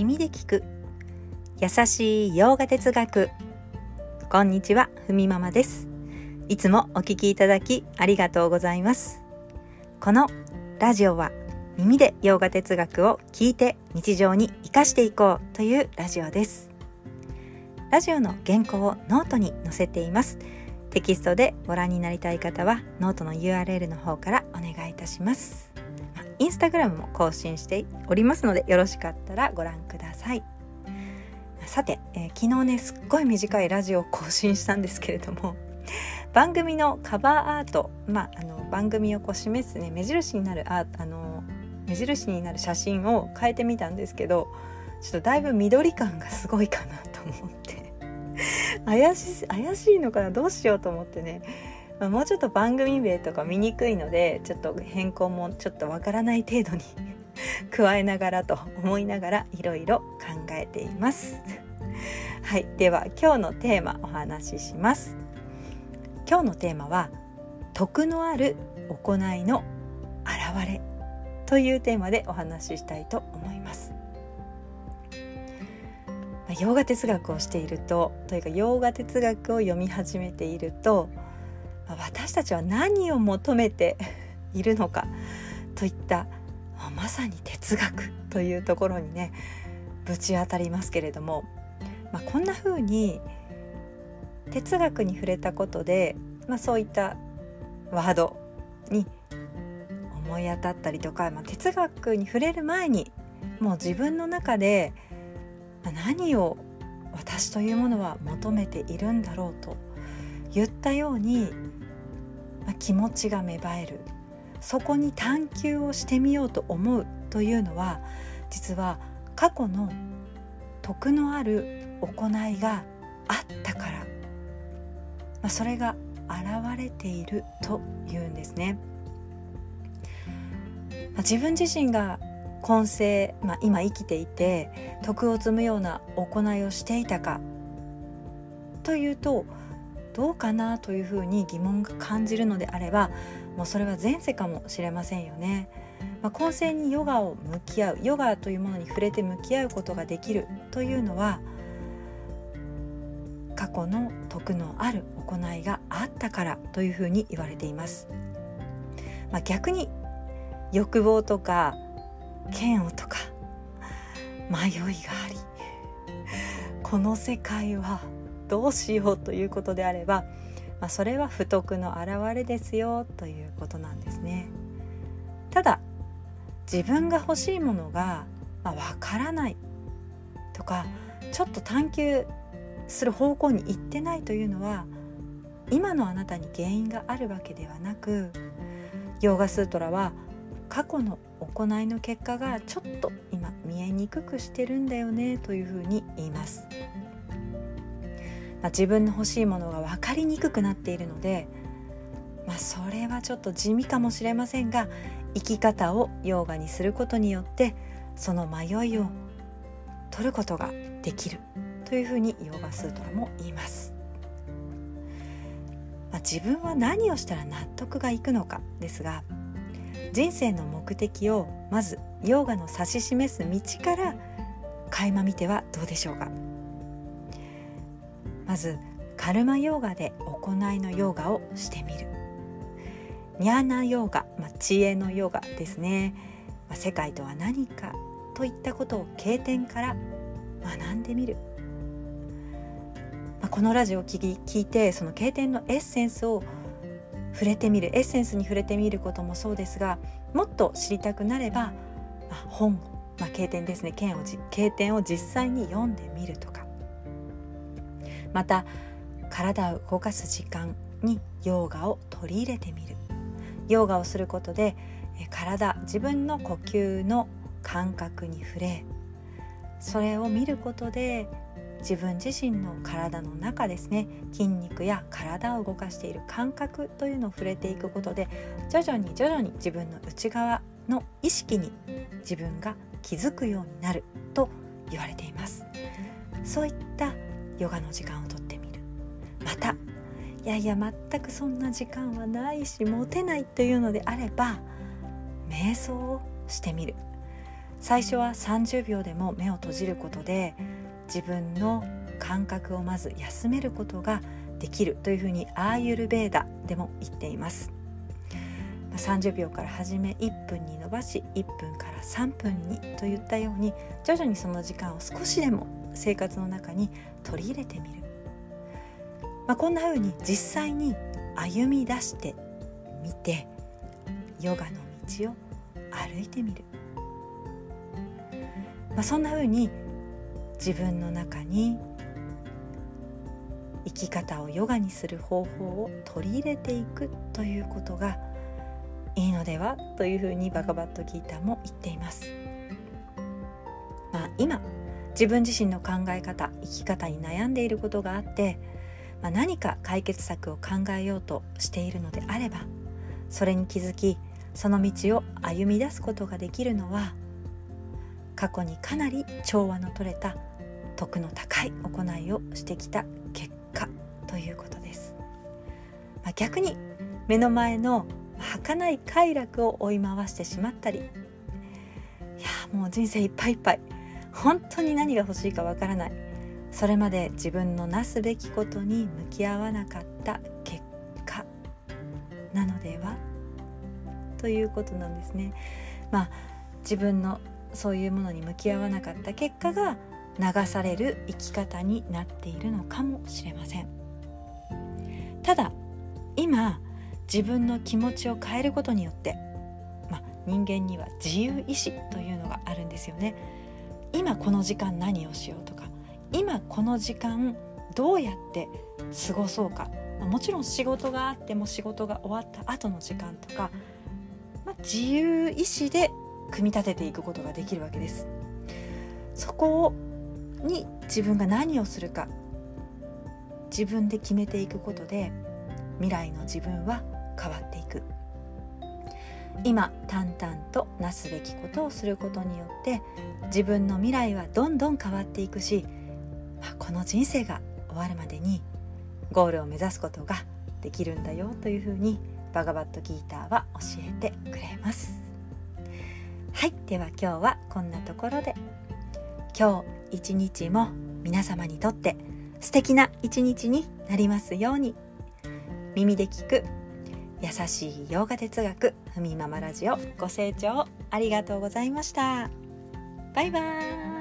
耳で聞く優しい洋画哲学。こんにちは、ふみママです。いつもお聞きいただきありがとうございます。このラジオは耳で洋画哲学を聞いて日常に生かしていこうというラジオです。ラジオの原稿をノートに載せています。テキストでご覧になりたい方はノートの URL の方からお願いいたします。インスタグラムも更新しておりますので、よろしかったらご覧ください。さて、昨日ねすっごい短いラジオを更新したんですけれども、番組のカバーアート、番組を示すね目印になる写真を変えてみたんですけど、ちょっとだいぶ緑感がすごいかなと思って怪しいのかな、どうしようと思ってね、もうちょっと番組名とか見にくいので、ちょっと変更もちょっとわからない程度に加えながらと思いながらいろいろ考えていますはい、では今日のテーマお話しします。今日のテーマは徳のある行いの現れというテーマでお話ししたいと思います。洋画哲学をしているというか洋画哲学を読み始めていると、私たちは何を求めているのかといったまさに哲学というところにねぶち当たりますけれども、こんな風に哲学に触れたことで、そういったワードに思い当たったりとか、哲学に触れる前にもう自分の中で何を私というものは求めているんだろうと言ったように、気持ちが芽生える、そこに探求をしてみようと思うというのは、実は過去の徳のある行いがあったから、それが現れているというんですね。自分自身が今世、今生きていて徳を積むような行いをしていたかというとどうかなというふうに疑問が感じるのであれば、もうそれは前世かもしれませんよね。今世にヨガを向き合う、ヨガというものに触れて向き合うことができるというのは、過去の徳のある行いがあったからというふうに言われています。逆に欲望とか嫌悪とか迷いがあり、この世界はどうしようということであれば、それは不徳の現れですよということなんですね。ただ自分が欲しいものがわからないとか、ちょっと探求する方向に行ってないというのは、今のあなたに原因があるわけではなく、ヨーガスートラは過去の行いの結果がちょっと今見えにくくしてるんだよねというふうに言います。自分の欲しいものが分かりにくくなっているので、それはちょっと地味かもしれませんが、生き方をヨーガにすることによってその迷いを取ることができるというふうにヨーガスートラも言います。自分は何をしたら納得がいくのかですが、人生の目的をまずヨーガの指し示す道から垣間見てはどうでしょうか。まずカルマヨーガで行いのヨーガをしてみる。ニャーナヨーガ、知恵のヨーガですね。世界とは何かといったことを経典から学んでみる。このラジオを聞いて、その経典のエッセンスを触れてみる、エッセンスに触れてみることもそうですが、もっと知りたくなれば、本、経典ですね、経典を実際に読んでみるとか、また体を動かす時間にヨーガを取り入れてみる。ヨーガをすることで自分の呼吸の感覚に触れ、それを見ることで自分自身の体の中ですね、筋肉や体を動かしている感覚というのを触れていくことで、徐々に自分の内側の意識に自分が気づくようになると言われています。そういったヨガの時間をとってみる。また全くそんな時間はないし持てないというのであれば、瞑想をしてみる。 最初は30秒でも目を閉じることで自分の感覚をまず休めることができるというふうにアーユルベーダでも言っています。30秒から始め1分に伸ばし1分から3分にといったように徐々にその時間を少しでも生活の中に取り入れてみる、こんなふうに実際に歩み出してみてヨガの道を歩いてみる、そんなふうに自分の中に生き方をヨガにする方法を取り入れていくということがいいのではというふうにバガバットギーターも言っています。今自分自身の考え方生き方に悩んでいることがあって、何か解決策を考えようとしているのであればそれに気づきその道を歩み出すことができるのは過去にかなり調和の取れた徳の高い行いをしてきた結果ということです。逆に目の前の儚い快楽を追い回してしまったり、もう人生いっぱいいっぱい、本当に何が欲しいかわからない、それまで自分のなすべきことに向き合わなかった結果なのではということなんですね。自分のそういうものに向き合わなかった結果が流される生き方になっているのかもしれません。ただ今自分の気持ちを変えることによって、人間には自由意志というのがあるんですよね。今この時間何をしようとか、今この時間どうやって過ごそうか、もちろん仕事があっても仕事が終わった後の時間とか、自由意志で組み立てていくことができるわけです。そこに自分が何をするか自分で決めていくことで未来の自分は変わっていく。今淡々となすべきことをすることによって自分の未来はどんどん変わっていくし、この人生が終わるまでにゴールを目指すことができるんだよというふうにバガバットギーターは教えてくれます。はい、では今日はこんなところで、今日一日も皆様にとって素敵な一日になりますように。耳で聞く優しいヨガ哲学ふみママラジオ、ご清聴ありがとうございました。バイバーイ。